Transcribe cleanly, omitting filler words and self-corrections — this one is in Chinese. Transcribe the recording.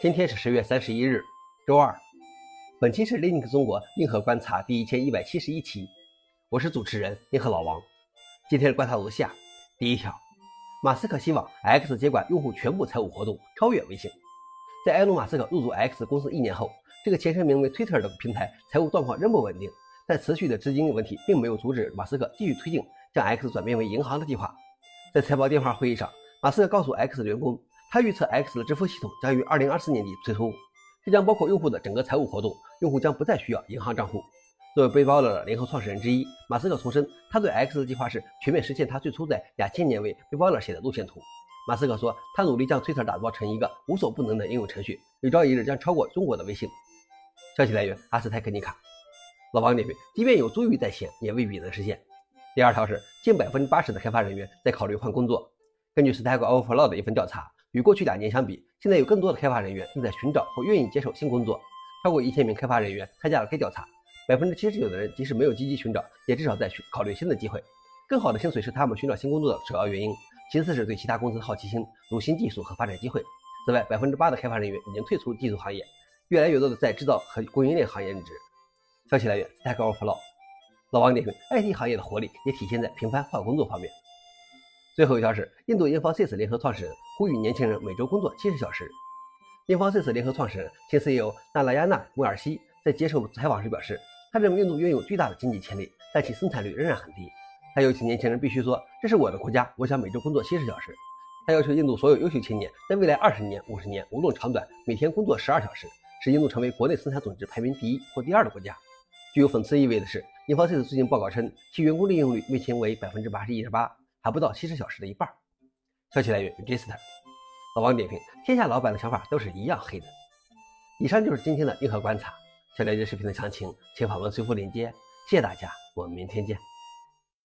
今天是10月31日，周二。本期是 Linux 中国硬核观察第1171期，我是主持人硬核老王。今天的观察如下：第一条，马斯克希望 X 接管用户全部财务活动，超越微信。在埃隆·马斯克入驻 X 公司1年后，这个前身名为 Twitter 的平台财务状况仍不稳定，但持续的资金问题并没有阻止马斯克继续推进将 X 转变为银行的计划。在财报电话会议上，马斯克告诉 X 的员工，他预测 X 的支付系统将于2024年底推出，这将包括用户的整个财务活动，用户将不再需要银行账户。作为背包的联合创始人之一，马斯克重申他对 X 的计划是全面实现他最初在2000年为背包写的路线图。马斯克说，他努力将 Twitter 打造成一个无所不能的应用程序，有朝一日将超过中国的微信。消息来源阿斯泰克尼卡。老王点评，即便有珠玉在前，也未必能实现。第二条是近80%的开发人员在考虑换工作。根据 Stack Overflow 的一份调查，与过去2年相比，现在有更多的开发人员正在寻找或愿意接受新工作。超过1000名开发人员参加了该调查，79%的人即使没有积极寻找，也至少在考虑新的机会。更好的薪水是他们寻找新工作的首要原因，其次是对其他公司的好奇心，如新技术和发展机会。此外，8%的开发人员已经退出技术行业，越来越多的在制造和供应链行业任职。消息来源 Stack Overflow。老王点评 IT 行业的活力也体现在频繁换工作方面。最后一条是印度 Infosys 联合创始人呼吁年轻人每周工作70小时。Infosys 联合创始人前 CEO 纳拉亚纳·穆尔西在接受采访时表示，他认为印度拥有巨大的经济潜力，但其生产率仍然很低。他要求年轻人必须说，这是我的国家，我想每周工作70小时。他要求印度所有优秀青年在未来20年、50年无论长短，每天工作12小时，使印度成为国内生产总值排名第1或第2的国家。具有讽刺意味的是， Infosys 最近报告称，其员工利用率目前为 81.8%， 还不到70小时的一半。消息来源 Register。 老王点评，天下老板的想法都是一样黑的。以上就是今天的硬核观察，想了解视频的详情请访问随附链接。谢谢大家，我们明天见。